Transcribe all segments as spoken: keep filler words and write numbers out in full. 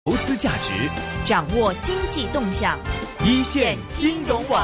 投资价值， 掌握经济动向， 一线金融网。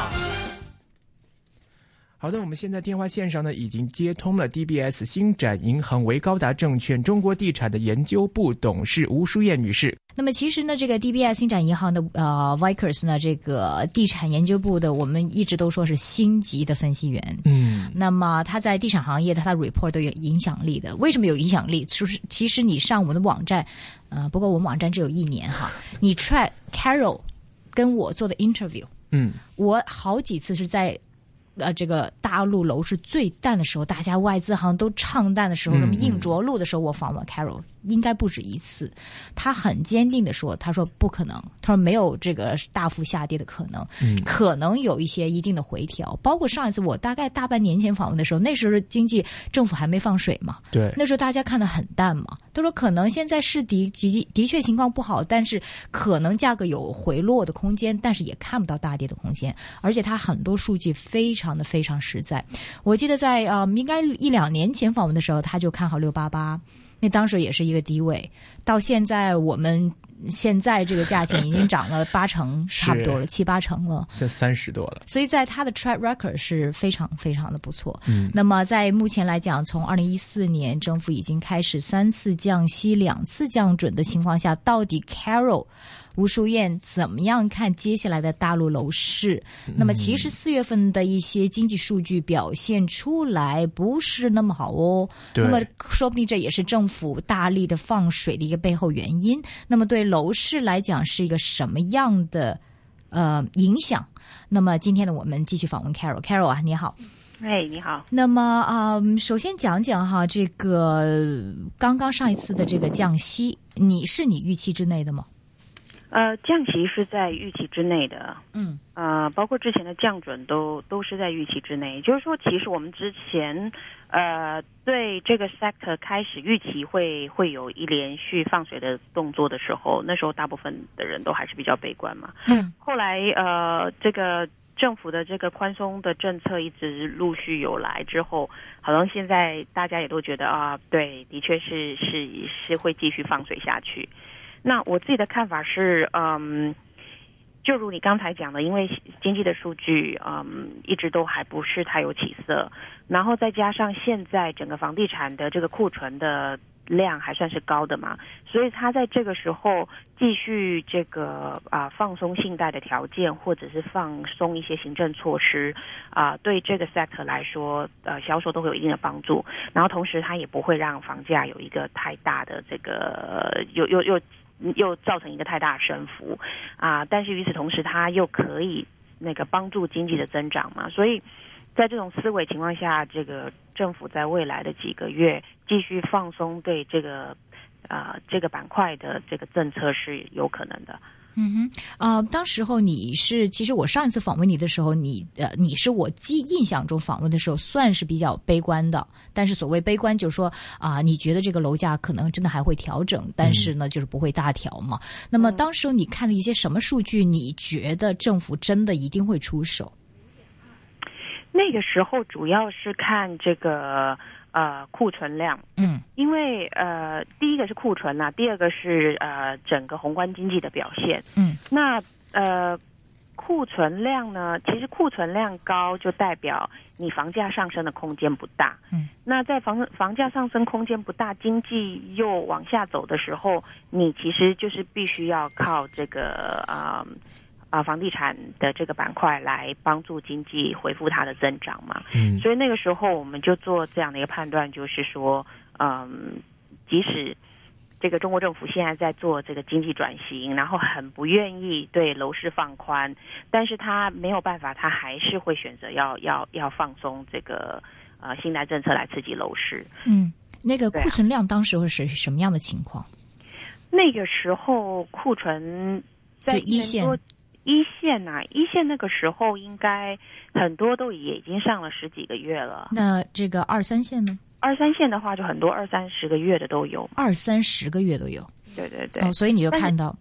好的，我们现在电话线上呢已经接通了 D B S 星展银行维高达证券中国地产的研究部董事吴淑燕女士。 那么其实呢，这个 D B S 星展银行的呃 Vickers 呢，这个地产研究部的，我们一直都说是星级的分析员。嗯，那么他在地产行业的他的 report 都有影响力的。为什么有影响力？就是其实你上我们的网站，呃，不过我们网站只有一年哈，你 track Carol 跟我做的 interview， 嗯，我好几次是在。呃，这个大陆楼市最淡的时候，大家外资行都唱淡的时候，什么硬着陆的时候，我访问 Carol 应该不止一次。他很坚定的说，他说不可能，他说没有这个大幅下跌的可能，嗯、可能有一些一定的回调。包括上一次我大概大半年前访问的时候，那时候经济政府还没放水嘛，对，那时候大家看得很淡嘛。他说可能现在是的的的确情况不好，但是可能价格有回落的空间，但是也看不到大跌的空间。而且他很多数据非常。的非常实在，我记得在呃应该一两年前访问的时候，他就看好六八八，那当时也是一个低位，到现在我们现在这个价钱已经涨了八成，差不多了七八成了， 是三十多了。 所以在他的 track record 是非常非常的不错。嗯，那么在目前来讲，从二零一四年政府已经开始三次降息、两次降准的情况下，到底 Carol吴淑燕怎么样看接下来的大陆楼市？那么其实四月份的一些经济数据表现出来不是那么好哦。那么说不定这也是政府大力的放水的一个背后原因。那么对楼市来讲是一个什么样的呃影响？那么今天呢，我们继续访问 Carol。Carol 啊，你好。 哎，你好。 那么啊、呃，首先讲讲哈，这个刚刚上一次的这个降息，你是你预期之内的吗？ 呃，降息是在预期之内的，嗯，呃，包括之前的降准都都是在预期之内。就是说，其实我们之前，呃，对这个 sector 开始预期会会有一连续放水的动作的时候，那时候大部分的人都还是比较悲观嘛。嗯，后来呃，这个政府的这个宽松的政策一直陆续有来之后，好像现在大家也都觉得啊，对，的确是是是会继续放水下去。那我自己的看法是，嗯，就如你刚才讲的，因为经济的数据，嗯，一直都还不是太有起色，然后再加上现在整个房地产的这个库存的量还算是高的嘛，所以他在这个时候继续这个啊放松信贷的条件，或者是放松一些行政措施啊，对这个 sector 来说，呃，销售都会有一定的帮助。然后同时，它也不会让房价有一个太大的这个又又又。又造成一个太大的升幅啊，但是与此同时，它又可以那个帮助经济的增长嘛，所以在这种思维情况下，这个政府在未来的几个月继续放松对这个啊、呃、这个板块的这个政策是有可能的。 嗯哼，啊、呃，当时候你是，其实我上一次访问你的时候，你呃，你是我记印象中访问的时候算是比较悲观的，但是所谓悲观就是说啊、呃，你觉得这个楼价可能真的还会调整，但是呢，就是不会大调嘛。嗯、那么当时候你看了一些什么数据，你觉得政府真的一定会出手？ 那个时候主要是看这个。呃，库存量，嗯，因为呃，第一个是库存啊，第二个是呃，整个宏观经济的表现，嗯，那呃，库存量呢，其实库存量高就代表你房价上升的空间不大，嗯，那在房房价上升空间不大，经济又往下走的时候，你其实就是必须要靠这个啊。呃啊，房地产的这个板块来帮助经济恢复它的增长嘛，嗯，所以那个时候我们就做这样的一个判断，就是说，嗯，即使这个中国政府现在在做这个经济转型，然后很不愿意对楼市放宽，但是他没有办法，他还是会选择要要要放松这个呃信贷政策来刺激楼市。 嗯，那个库存量当时会是什么样的情况？ 那个时候库存在一线。 一线呐、啊，一线那个时候应该很多都也已经上了十几个月了。 那这个二三线呢？ 二三线的话，就很多二三十个月的都有， 二三十个月都有。 对对对。 哦，所以你就看到，嗯，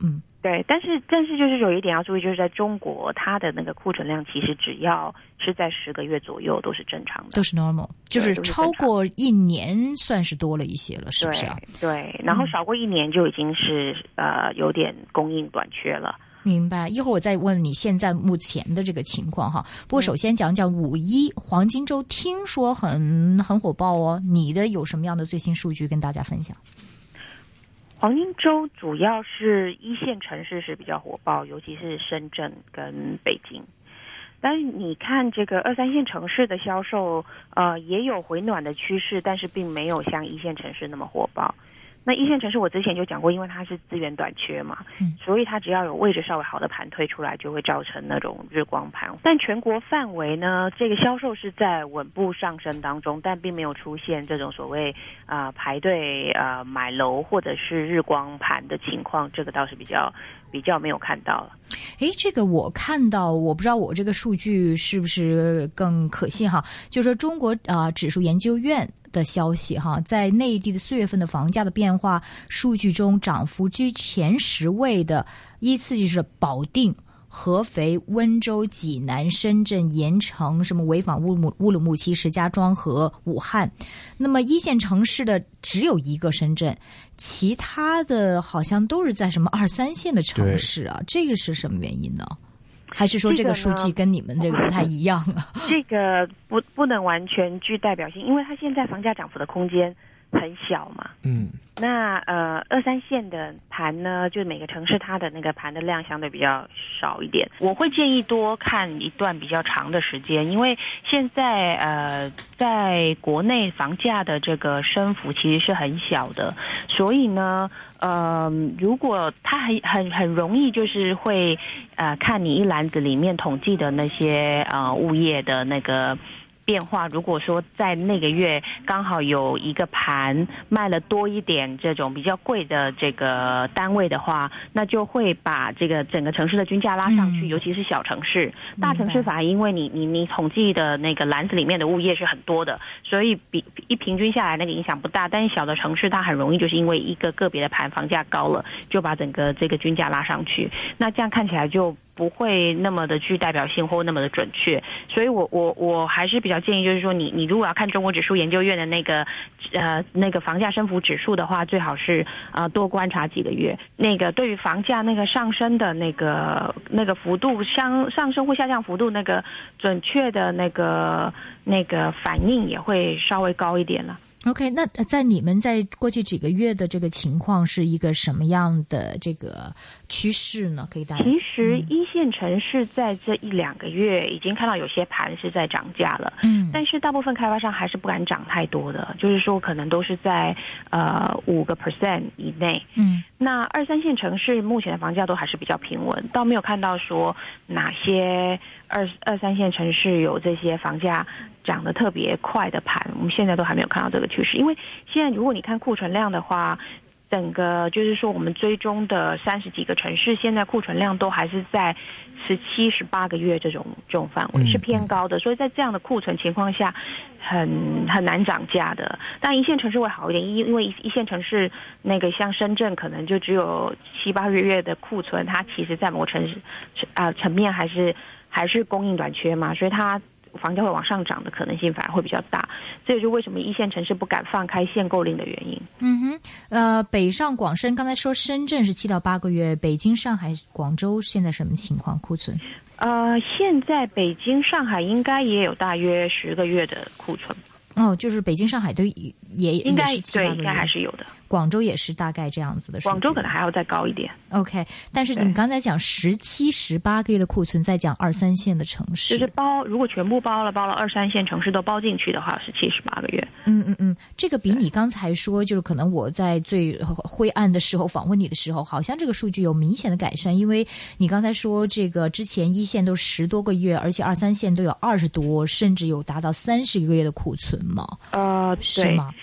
对，但是但是就是有一点要注意，就是在中国，它的那个库存量其实只要是在十个月左右都是正常的， 都是 normal， 就是超过一年算是多了一些了，是不是啊？ 对，对，然后少过一年就已经是、嗯、呃有点供应短缺了。 明白，一会儿我再问你现在目前的这个情况哈。不过首先讲讲五一黄金周，听说很很火爆哦，你的有什么样的最新数据跟大家分享？ 黄金周主要是一线城市是比较火爆，尤其是深圳跟北京。但是你看这个二三线城市的销售，呃，也有回暖的趋势，但是并没有像一线城市那么火爆。那一线城市我之前就讲过，因为它是资源短缺嘛，嗯，所以它只要有位置稍微好的盘推出来，就会造成那种日光盘。但全国范围呢，这个销售是在稳步上升当中，但并没有出现这种所谓啊、呃、排队呃买楼或者是日光盘的情况，这个倒是比较比较没有看到了。 诶，这个我看到，我不知道我这个数据是不是更可信哈？就是说中国啊、呃、指数研究院的消息哈，在内地的四月份的房价的变化数据中，涨幅居前十位的依次就是保定、合肥、温州、济南、深圳、盐城、什么潍坊、乌鲁乌鲁木齐、石家庄和武汉。那么一线城市的只有一个深圳，其他的好像都是在什么二三线的城市啊，这个是什么原因呢？还是说这个数据跟你们这个不太一样啊？ 这个不不能完全具代表性，因为它现在房价涨幅的空间很小嘛。嗯。那呃二三线的盘呢，就每个城市它的那个盘的量相对比较少一点。我会建议多看一段比较长的时间，因为现在呃在国内房价的这个升幅其实是很小的，所以呢。呃，如果它很很很容易，就是会呃看你一篮子里面统计的那些呃物业的那个变化。如果说在那个月刚好有一个盘卖了多一点这种比较贵的这个单位的话，那就会把这个整个城市的均价拉上去，嗯、尤其是小城市。大城市反而因为你你你统计的那个篮子里面的物业是很多的，所以比一平均下来那个影响不大。但是小的城市它很容易就是因为一个个别的盘房价高了，就把整个这个均价拉上去。那这样看起来就不会那么的具代表性或那么的准确，所以我我我还是比较建议，就是说你你如果要看中国指数研究院的那个呃那个房价升幅指数的话，最好是呃多观察几个月。那个对于房价那个上升的那个那个幅度上上升或下降幅度那个准确的那个那个反应也会稍微高一点了。 OK， 那在你们在过去几个月的这个情况是一个什么样的这个趋势呢？可以大家其实一线城市在这一两个月已经看到有些盘是在涨价了，嗯，但是大部分开发商还是不敢涨太多的，就是说可能都是在呃五个 percent 以内，嗯，那二三线城市目前的房价都还是比较平稳，倒没有看到说哪些二二三线城市有这些房价涨得特别快的盘，我们现在都还没有看到这个趋势。因为现在如果你看库存量的话，整个就是说我们追踪的三十几个城市，现在库存量都还是在十七、十八个月这种这种范围，是偏高的。所以在这样的库存情况下，很很难涨价的。但一线城市会好一点，因为一线城市那个像深圳，可能就只有七八个月的库存，它其实在某个城市啊、呃、层面还是还是供应短缺嘛，所以它房价会往上涨的可能性反而会比较大，这也就是为什么一线城市不敢放开限购令的原因。 嗯哼，呃，北上广深，刚才说深圳是七到八个月，北京、上海、广州现在什么情况？库存？ 呃，现在北京、上海应该也有大约十个月的库存。 哦，就是北京、上海都也应该也是七八个月， 对，应该还是有的。 广州也是大概这样子的数据， 广州可能还要再高一点。 OK， 但是你刚才讲十七、十八个月的库存，再讲二三线的城市， 就是包如果全部包了，包了二三线城市都包进去的话，是七十八个月。 嗯嗯嗯，这个比你刚才说，就是可能我在最灰暗的时候访问你的时候，好像这个数据有明显的改善，因为你刚才说这个之前一线都十多个月，而且二三线都有二十多，甚至有达到三十个月的库存嘛？ 呃， 是吗？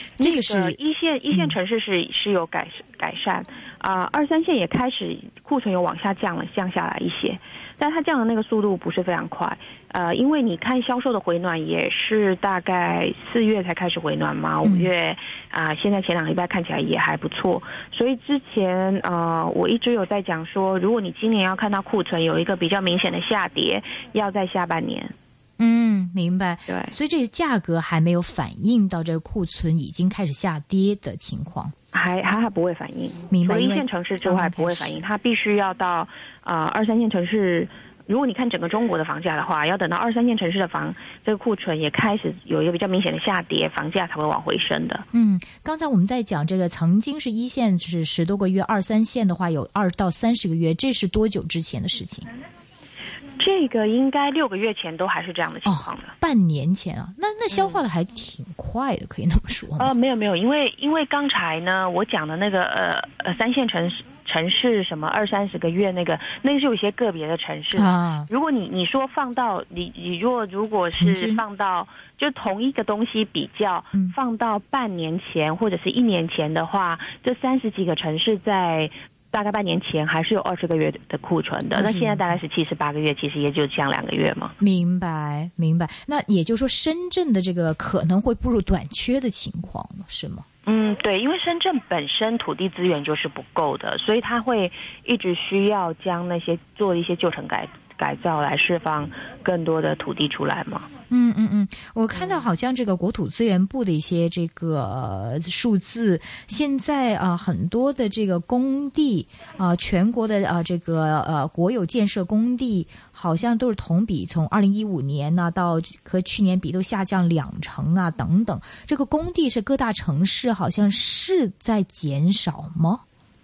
这个是、 那个、一线一线城市是、嗯、是有改改善啊、呃，二三线也开始库存有往下降了，降下来一些，但它降的那个速度不是非常快。呃，因为你看销售的回暖也是大概四月才开始回暖嘛，五月啊、呃，现在前两个礼拜看起来也还不错，所以之前呃我一直有在讲说，如果你今年要看到库存有一个比较明显的下跌，要在下半年。 嗯，明白。 对， 所以这个价格还没有反映到这个库存已经开始下跌的情况， 还还还不会反映。 明白。 除了一线城市之外不会反映，它必须要到呃二三线城市。如果你看整个中国的房价的话，要等到二三线城市的房这个库存也开始有一个比较明显的下跌，房价才会往回升的。 嗯，刚才我们在讲这个，曾经是一线是十多个月，二三线的话有二到三十个月，这是多久之前的事情？ 这个应该六个月前都还是这样的情况的、哦、 半年前啊，那那消化的还挺快的、嗯、可以那么说吗？ 呃，没有没有，因为因为刚才呢我讲的那个呃呃三线城市城市什么二三十个月那个，那是有一些个别的城市啊。如果你你说放到你你如果如果是放到就同一个东西比较、嗯、放到半年前或者是一年前的话，这三十几个城市在大概半年前还是有二十个月的库存的，那现在大概是七十八个月，其实也就降两个月嘛。 明白明白。那也就是说深圳的这个可能会步入短缺的情况了，是吗？ 嗯，对，因为深圳本身土地资源就是不够的，所以它会一直需要将那些做一些旧城改改造来释放更多的土地出来嘛。 嗯嗯嗯，我看到好像这个国土资源部的一些这个、呃、数字，现在啊、呃、很多的这个工地啊、呃，全国的啊、呃、这个呃国有建设工地，好像都是同比从二零一五年呢、啊、到和去年比都下降两成啊等等。这个工地是各大城市好像是在减少吗？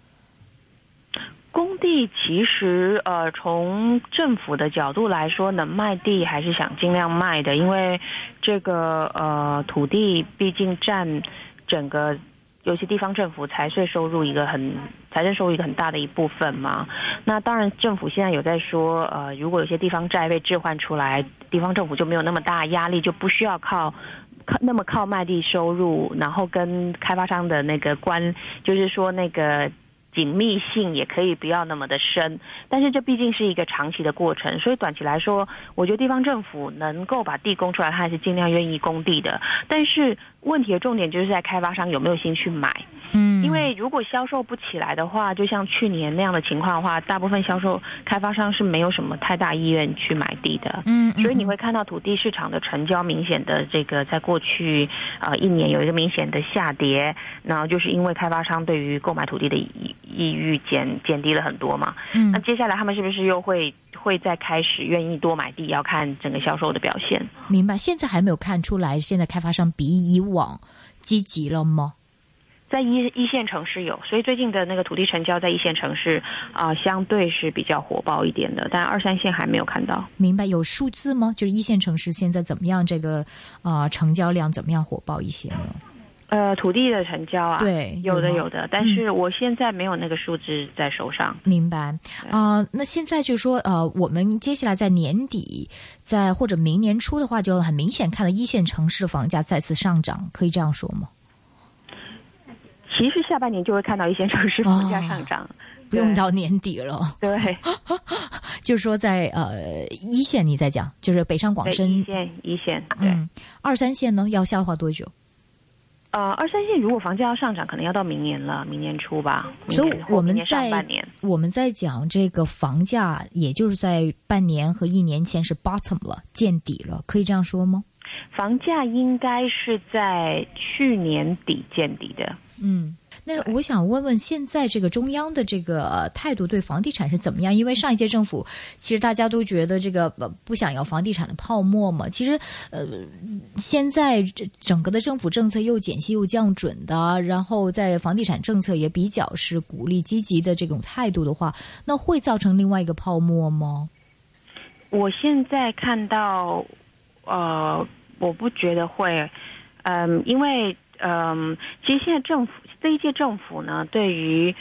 工地其实呃，从政府的角度来说，能卖地还是想尽量卖的，因为这个呃土地毕竟占整个尤其地方政府财税收入一个很财政收入一个很大的一部分嘛。那当然政府现在有在说呃，如果有些地方债被置换出来，地方政府就没有那么大压力，就不需要靠那么靠卖地收入，然后跟开发商的那个关就是说那个紧密性也可以不要那么的深，但是这毕竟是一个长期的过程，所以短期来说，我觉得地方政府能够把地供出来，它还是尽量愿意供地的。但是问题的重点就是在开发商有没有心去买。嗯，因为如果销售不起来的话，就像去年那样的情况的话，大部分销售开发商是没有什么太大意愿去买地的。嗯，所以你会看到土地市场的成交明显的这个在过去呃一年有一个明显的下跌，然后就是因为开发商对于购买土地的意意欲减减低了很多嘛。嗯，那接下来他们是不是又会会再开始愿意多买地？要看整个销售的表现。 明白，现在还没有看出来，现在开发商比以往积极了吗？ 在一一线城市有，所以最近的那个土地成交在一线城市啊、呃，相对是比较火爆一点的，但二三线还没有看到。 明白，有数字吗？就是一线城市现在怎么样？这个啊、呃、成交量怎么样火爆一些呢？ 呃，土地的成交啊， 对， 有的有的，但是我现在没有那个数字在手上。 嗯、明白啊、呃，那现在就是说呃，我们接下来在年底，在或者明年初的话，就很明显看到一线城市房价再次上涨，可以这样说吗？ 其实下半年就会看到一线城市房价上涨、哦， 不用到年底了。 对， 就是说在呃一线你在讲，就是北上广深一线一线，对、嗯， 二三线呢要消化多久？ 呃，二三线如果房价要上涨，可能要到明年了，明年初吧。 所以我们在我们在讲这个房价，也就是在半年和一年前是 bottom 了，见底了，可以这样说吗？ 房价应该是在去年底见底的。 嗯，那我想问问，现在这个中央的这个、呃、态度对房地产是怎么样？因为上一届政府其实大家都觉得这个、呃、不想要房地产的泡沫嘛。其实呃，现在整个的政府政策又减息又降准的，然后在房地产政策也比较是鼓励积极的这种态度的话，那会造成另外一个泡沫吗？ 我现在看到，呃，我不觉得会，嗯，因为。嗯，其实现在政府这一届政府呢，对于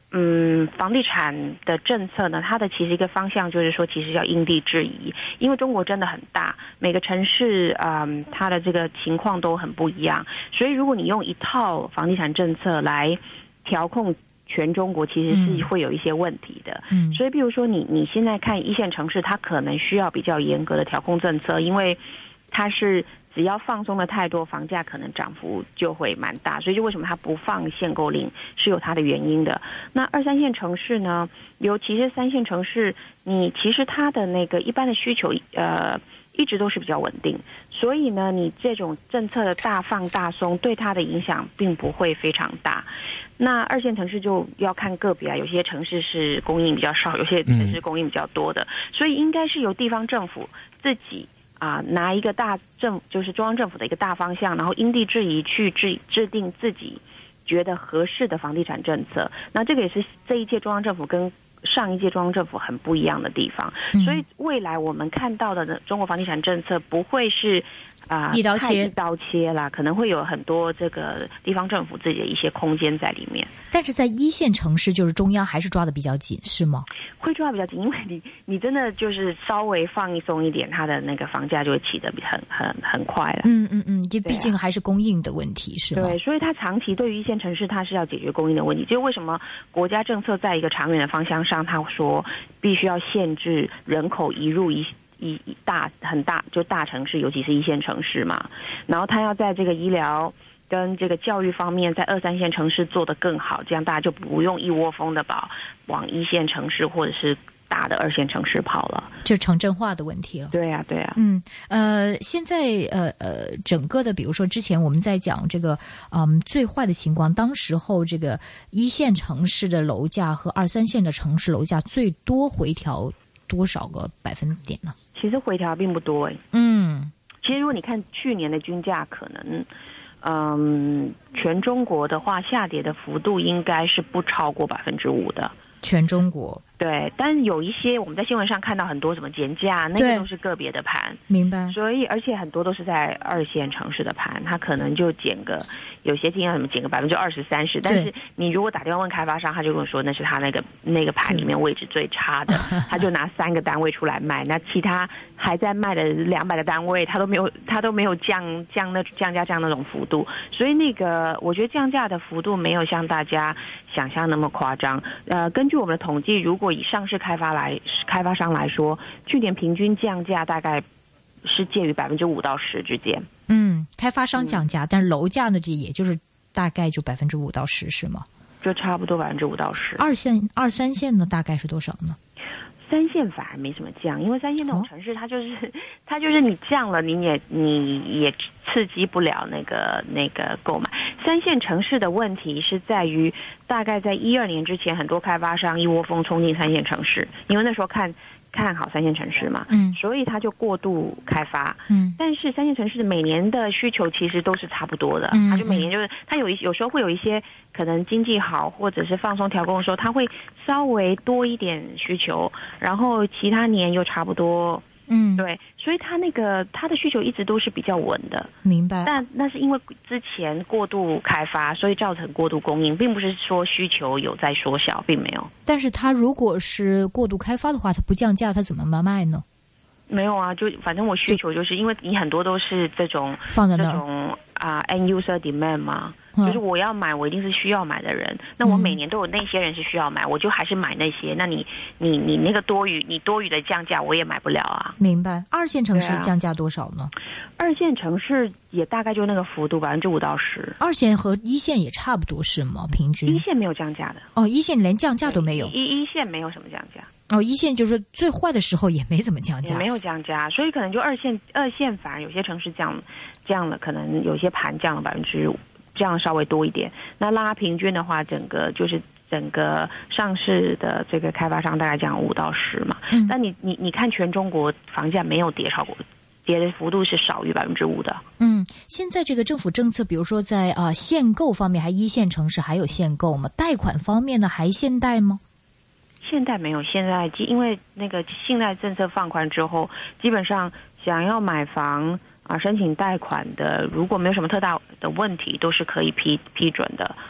嗯，房地产的政策呢，它的其实一个方向就是说，其实要因地制宜，因为中国真的很大，每个城市嗯，它的这个情况都很不一样，所以如果你用一套房地产政策来调控全中国，其实是会有一些问题的。嗯，所以比如说你你现在看一线城市，它可能需要比较严格的调控政策，因为它是只要放松的太多，房价可能涨幅就会蛮大，所以就为什么它不放限购令是有它的原因的。那二三线城市呢，尤其是三线城市，你其实它的那个一般的需求呃一直都是比较稳定，所以呢你这种政策的大放大松对它的影响并不会非常大。那二线城市就要看个别啊，有些城市是供应比较少，有些城市供应比较多的，所以应该是由地方政府自己啊，拿一个大政，就是中央政府的一个大方向，然后因地制宜去制制定自己觉得合适的房地产政策。那这个也是这一届中央政府跟上一届中央政府很不一样的地方。嗯、所以未来我们看到的中国房地产政策不会是啊、呃、 一刀切一刀切啦，可能会有很多这个地方政府自己的一些空间在里面。 但是在一线城市，就是中央还是抓得比较紧，是吗？ 会抓得比较紧，因为你你真的就是稍微放松一点，它的那个房价就会起得很很很快了。 嗯嗯嗯，这毕竟还是供应的问题，啊、是吗？ 对，所以它长期对于一线城市，它是要解决供应的问题。就是为什么国家政策在一个长远的方向上，它说必须要限制人口移入一。一大很大就大城市，尤其是一线城市嘛，然后他要在这个医疗跟这个教育方面，在二三线城市做得更好，这样大家就不用一窝蜂的把往一线城市或者是大的二线城市跑了， 就城镇化的问题了。 对啊，对啊。 嗯，呃，现在呃呃，整个的，比如说之前我们在讲这个，嗯，最坏的情况，当时候这个一线城市的楼价和二三线的城市楼价最多回调多少个百分点呢？ 其实回调并不多哎。 嗯， 其实如果你看去年的均价，可能，嗯，全中国的话下跌的幅度应该是不超过百分之五的。 全中国。 对，但有一些我们在新闻上看到很多什么减价，那个都是个别的盘。 明白。 所以而且很多都是在二线城市的盘，它可能就减个，有些经常什么减个百分之二十三十，但是你如果打电话问开发商，他就跟我说那是他那个那个盘里面位置最差的，他就拿三个单位出来卖，那其他还在卖的两百个单位，他都没有他都没有降降那降价降那种幅度，所以那个我觉得降价的幅度没有像大家想象那么夸张。呃，根据我们的统计，如果以上市开发来开发商来说，去年平均降价大概是介于百分之五到十之间。 嗯，开发商降价，嗯、但是楼价呢，这也就是大概就百分之五到十，是吗？ 就差不多百分之五到十。 二线、二三线呢，大概是多少呢？ 三线反而没什么降，因为三线那种城市，它就是、哦、它就是你降了，你也你也刺激不了那个那个购买。三线城市的问题是在于，大概在一二年之前，很多开发商一窝蜂冲进三线城市，因为那时候看看好三线城市嘛，嗯，所以它就过度开发，嗯，但是三线城市每年的需求其实都是差不多的，嗯，它就每年就是它有一有时候会有一些可能经济好或者是放松调控的时候，它会稍微多一点需求，然后其他年又差不多。嗯，对，所以它那个它的需求一直都是比较稳的， 明白。 但那是因为之前过度开发，所以造成过度供应，并不是说需求有在缩小，并没有。 但是它如果是过度开发的话，它不降价，它怎么卖呢？ 没有啊，就反正我需求就是因为你很多都是这种放在那这种啊、uh, end user demand 嘛。就是我要买，我一定是需要买的人。那我每年都有那些人是需要买，我就还是买那些。那你你你那个多余，你多余的降价，我也买不了啊。 明白。二线城市降价多少呢？ 啊、二线城市也大概就那个幅度，百分之五到十。 二线和一线也差不多是吗？平均？ 一线没有降价的。 哦，一线连降价都没有。 一一线没有什么降价。 哦，一线就是最坏的时候也没怎么降价， 也没有降价，所以可能就二线二线反而有些城市降降了，可能有些盘降了百分之五。这样稍微多一点，那拉平均的话，整个就是整个上市的这个开发商大概降五到十嘛。嗯，但你你你看全中国房价没有跌超过，跌的幅度是少于百分之五的。 嗯，现在这个政府政策，比如说在啊、呃、限购方面，还一线城市还有限购吗？贷款方面呢，还限贷吗？ 现在没有，现在因为那个信贷政策放宽之后，基本上想要买房。啊，申请贷款的，如果没有什么特大的问题，都是可以批批准的。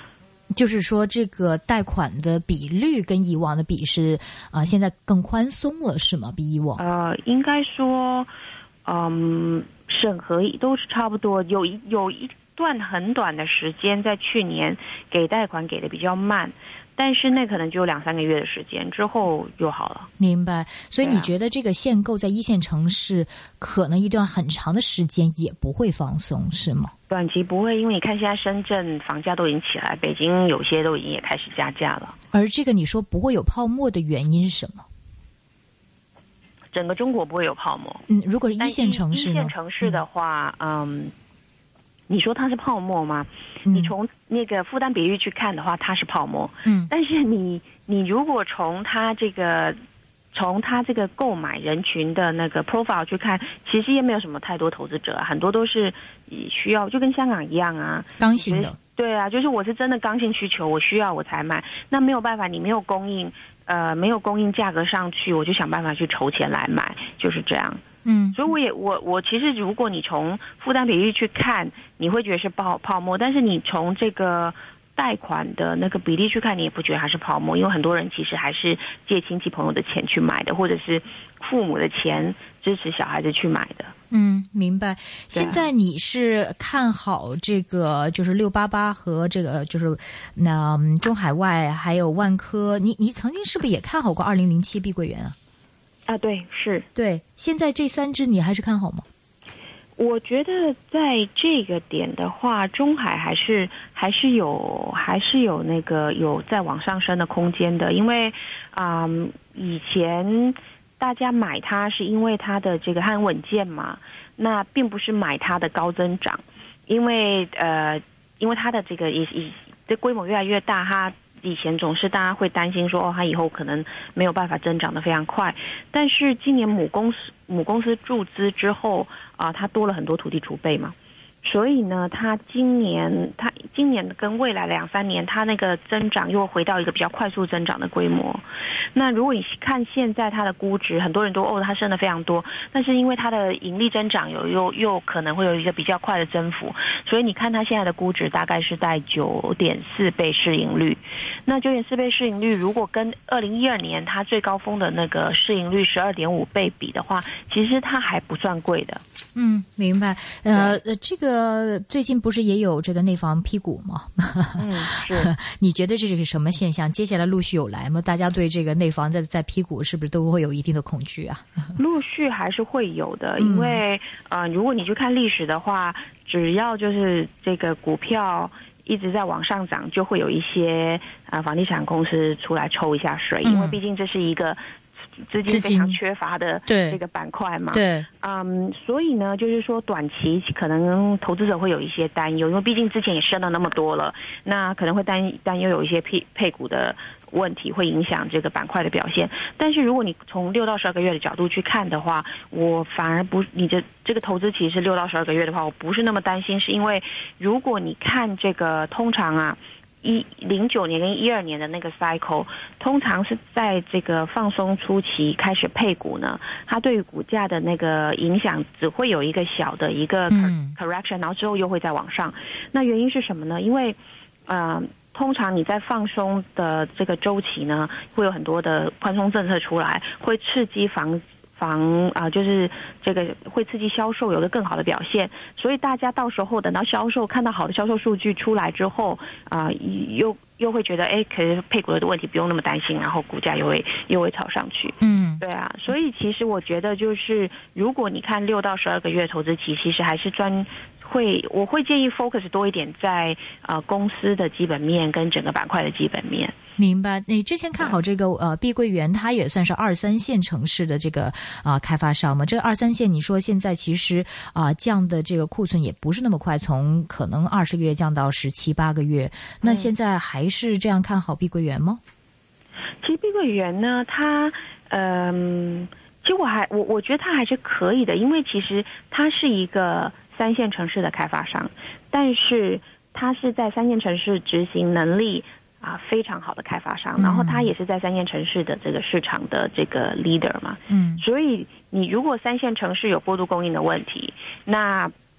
就是说这个贷款的比率跟以往的比是啊、呃，现在更宽松了是吗？比以往？ 呃，应该说，嗯，审核都是差不多，有一有一段很短的时间，在去年给贷款给的比较慢。但是那可能只有两三个月的时间，之后就好了。 明白。所以你觉得这个限购在一线城市可能一段很长的时间也不会放松，是吗？ 短期不会，因为你看现在深圳房价都已经起来，北京有些都已经也开始加价了。 而这个你说不会有泡沫的原因是什么？ 整个中国不会有泡沫。 嗯，如果是一线城市呢？ 一线城市的话，嗯。嗯你说它是泡沫吗？嗯、你从那个负担比率去看的话，它是泡沫。嗯，但是你你如果从它这个从它这个购买人群的那个 profile 去看，其实也没有什么太多投资者，很多都是需要，就跟香港一样啊， 刚性的。 对啊，就是我是真的刚性需求，我需要我才买。那没有办法，你没有供应，呃，没有供应，价格上去，我就想办法去筹钱来买，就是这样。嗯，所以我也我我其实如果你从负担比例去看，你会觉得是泡泡沫，但是你从这个贷款的那个比例去看，你也不觉得它是泡沫，因为很多人其实还是借亲戚朋友的钱去买的，或者是父母的钱支持小孩子去买的。 嗯，明白。现在你是看好这个就是六八八和这个就是那、嗯、中海外还有万科，你你曾经是不是也看好过二零零七碧桂园啊？ 啊，对，是， 对，现在这三只你还是看好吗？ 我觉得在这个点的话，中海还是还是有还是有那个有在往上升的空间的，因为啊、嗯，以前大家买它是因为它的这个很稳健嘛，那并不是买它的高增长，因为呃，因为它的这个也也这规模越来越大，它。以前总是大家会担心说，哦，它以后可能没有办法增长得非常快。但是今年母公司母公司注资之后啊、呃，它多了很多土地储备嘛，所以呢，它今年它今年跟未来两三年，它那个增长又回到一个比较快速增长的规模。那如果你看现在它的估值，很多人都哦，它升得非常多，但是因为它的盈利增长有又又可能会有一个比较快的增幅，所以你看它现在的估值大概是在九点四倍市盈率。那九点四倍市盈率，如果跟二零一二年它最高峰的那个市盈率十二点五倍比的话，其实它还不算贵的。 嗯，明白。呃，这个最近不是也有这个内房批股吗？ 嗯，是。 你觉得这是什么现象？接下来陆续有来吗？大家对这个内房在在批股是不是都会有一定的恐惧啊？ 陆续还是会有的，因为呃，如果你去看历史的话，只要就是这个股票一直在往上涨，就会有一些呃房地产公司出来抽一下水，嗯、因为毕竟这是一个资金非常缺乏的这个板块嘛。 对， 嗯，所以呢，就是说短期可能投资者会有一些担忧，因为毕竟之前也升了那么多了，那可能会担担忧有一些配配股的问题会影响这个板块的表现。但是如果你从六到十二个月的角度去看的话，我反而不，你的这个投资期是六到十二个月的话，我不是那么担心，是因为如果你看这个通常啊。一零九年跟一二年的那个 cycle， 通常是在这个放松初期开始配股呢，它对于股价的那个影响只会有一个小的一个 correction，、嗯、然后之后又会再往上。那原因是什么呢？因为呃，通常你在放松的这个周期呢，会有很多的宽松政策出来，会刺激房。房啊、呃，就是这个会刺激销售有个更好的表现，所以大家到时候等到销售看到好的销售数据出来之后啊、呃，又又会觉得哎，可是配股的问题不用那么担心，然后股价又会又会炒上去。嗯，对啊，所以其实我觉得就是如果你看六到十二个月投资期，其实还是专会我会建议 focus 多一点在呃公司的基本面跟整个板块的基本面。 明白。你之前看好这个呃碧桂园，它也算是二三线城市的这个啊、呃、开发商嘛。这个二三线，你说现在其实啊、呃、降的这个库存也不是那么快，从可能二十个月降到十七八个月。那现在还是这样看好碧桂园吗？ 其实碧桂园呢，它嗯、呃，其实我还我我觉得它还是可以的，因为其实它是一个三线城市的开发商，但是它是在三线城市执行能力。啊，非常好的开发商，然后他也是在三线城市的这个市场的这个 leader 嘛，嗯，所以你如果三线城市有过度供应的问题，那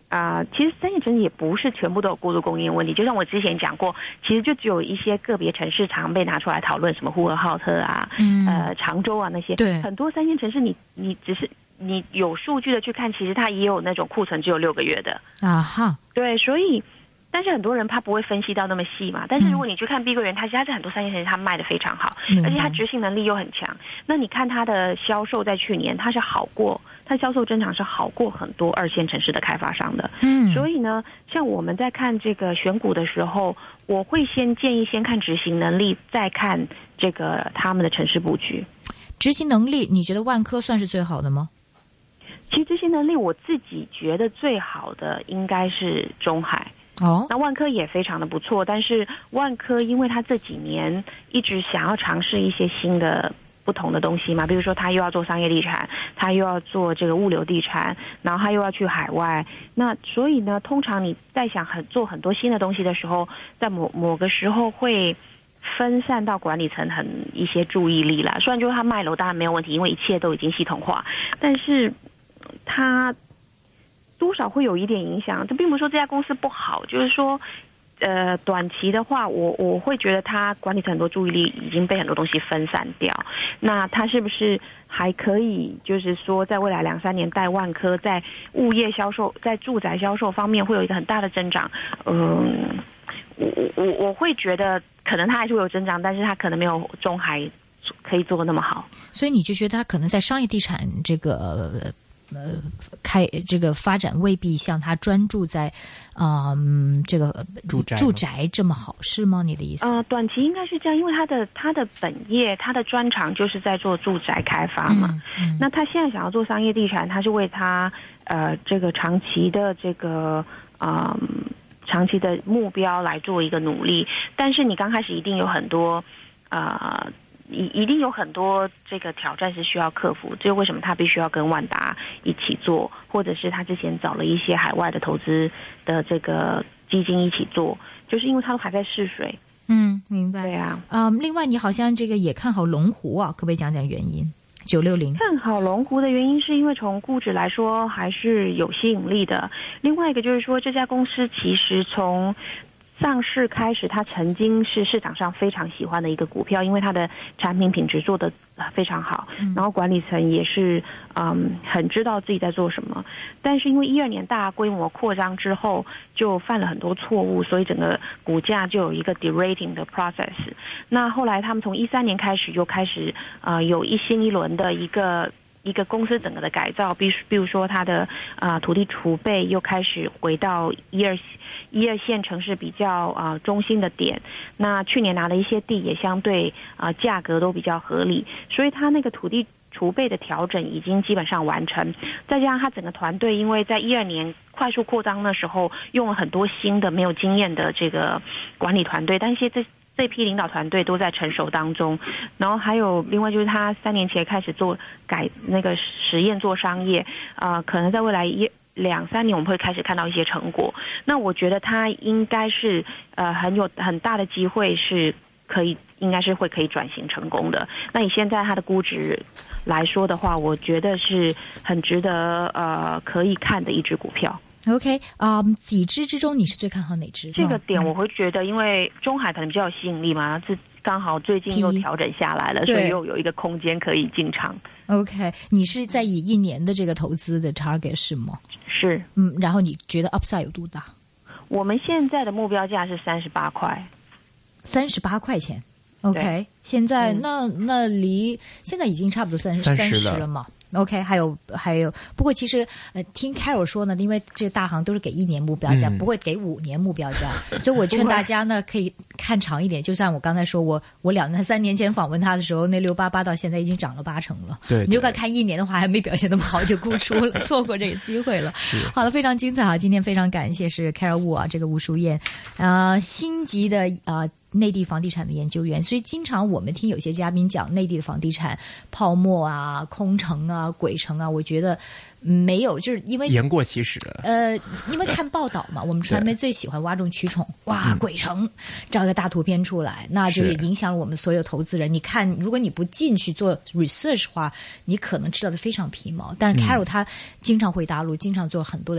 啊、呃，其实三线城市也不是全部都有过度供应问题，就像我之前讲过，其实就只有一些个别城市常被拿出来讨论，什么呼和浩特啊，嗯，呃，常州啊那些， 对， 很多三线城市你你只是你有数据的去看，其实它也有那种库存只有六个月的啊哈， 对，所以。但是很多人他不会分析到那么细嘛，但是如果你去看碧桂园，它其实它在很多三线城市它卖的非常好，嗯、而且它执行能力又很强。那你看它的销售在去年它是好过，它销售增长是好过很多二线城市的开发商的。嗯，所以呢，像我们在看这个选股的时候，我会先建议先看执行能力，再看这个他们的城市布局。 执行能力，你觉得万科算是最好的吗？ 其实执行能力我自己觉得最好的应该是中海。哦，那万科也非常的不错，但是万科因为它这几年一直想要尝试一些新的不同的东西嘛，比如说它又要做商业地产，它又要做这个物流地产，然后它又要去海外，那所以呢，通常你在想很做很多新的东西的时候，在某某个时候会分散到管理层很一些注意力啦。虽然就是它卖楼当然没有问题，因为一切都已经系统化，但是它多少会有一点影响，这并不是说这家公司不好，就是说，呃，短期的话，我我会觉得它管理层很多注意力已经被很多东西分散掉。那它是不是还可以，就是说，在未来两三年带万科在物业销售、在住宅销售方面会有一个很大的增长？嗯，我我我会觉得可能它还是会有增长，但是它可能没有中海可以做得那么好。 所以你就觉得它可能在商业地产这个。呃，开这个发展未必像他专注在，嗯，这个住宅住宅这么好，是吗？你的意思？ 呃，短期应该是这样，因为他的他的本业，他的专长就是在做住宅开发嘛。嗯嗯、那他现在想要做商业地产，他是为他呃这个长期的这个嗯、呃、长期的目标来做一个努力。但是你刚开始一定有很多呃。一一定有很多这个挑战是需要克服，这为什么他必须要跟万达一起做，或者是他之前找了一些海外的投资的这个基金一起做，就是因为他都还在试水。 嗯，明白。 对啊， 嗯，另外你好像这个也看好龙湖啊，可不可以讲讲原因？九六零看好龙湖的原因是因为从估值来说还是有吸引力的，另外一个就是说这家公司其实从上市开始，它曾经是市场上非常喜欢的一个股票，因为它的产品品质做得非常好，然后管理层也是嗯很知道自己在做什么。但是因为一二年大规模扩张之后，就犯了很多错误，所以整个股价就有一个 derating 的 process。那后来他们从一三年开始又开始呃有一新一轮的一个。一个公司整个的改造，比比如说它的啊、呃、土地储备又开始回到一二一二线城市比较啊、呃、中心的点。那去年拿了一些地，也相对啊、呃、价格都比较合理，所以它那个土地储备的调整已经基本上完成。再加上它整个团队，因为在一二年快速扩张的时候，用了很多新的没有经验的这个管理团队，但是这。这批领导团队都在成熟当中，然后还有另外就是他三年前开始做改那个实验做商业，啊、呃，可能在未来一两三年我们会开始看到一些成果。那我觉得他应该是呃很有很大的机会是可以，应该是会可以转型成功的。那以现在它的估值来说的话，我觉得是很值得呃可以看的一只股票。 OK， 啊、um, ，几只之中你是最看好哪只？ 这个点我会觉得，因为中海可能比较有吸引力嘛，这刚好最近又调整下来了，所以又有一个空间可以进场。 OK， 你是在以一年的这个投资的 target 是吗？ 是， 嗯，然后你觉得 upside 有多大？ 我们现在的目标价是三十八块， 三十八块钱。OK， 现在、嗯、那那离现在已经差不多三十三十了嘛。OK， 还有还有，不过其实呃，听 Carol 说呢，因为这个大行都是给一年目标价，嗯、不会给五年目标价，所以我劝大家呢可以看长一点。就像我刚才说，我我两三年前访问他的时候，那六八八到现在已经涨了八成了。 对， 你如果看一年的话，还没表现那么好，就沽出了，错过这个机会了。好了，非常精彩啊！今天非常感谢是 Carol Wu 啊，这个吴淑燕啊、呃，星级的啊。呃内地房地产的研究员，所以经常我们听有些嘉宾讲内地的房地产泡沫啊、空城啊、鬼城啊，我觉得没有，就是因为言过其实了。 呃，因为看报道嘛，我们传媒最喜欢哗众取宠，哇，鬼城照一个大图片出来，那就也影响了我们所有投资人。你看，如果你不进去做 research 的话，你可能知道的非常皮毛。但是 Carol 他经常回大陆，经常做很多的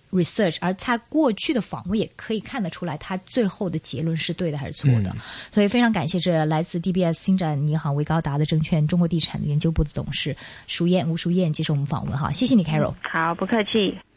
research， 而他过去的访问也可以看得出来，他最后的结论是对的还是错的。嗯、所以非常感谢这来自 D B S 星展银行维高达的证券中国地产研究部的董事淑燕吴淑燕接受我们访问哈，谢谢你 Carol。 好，不客气。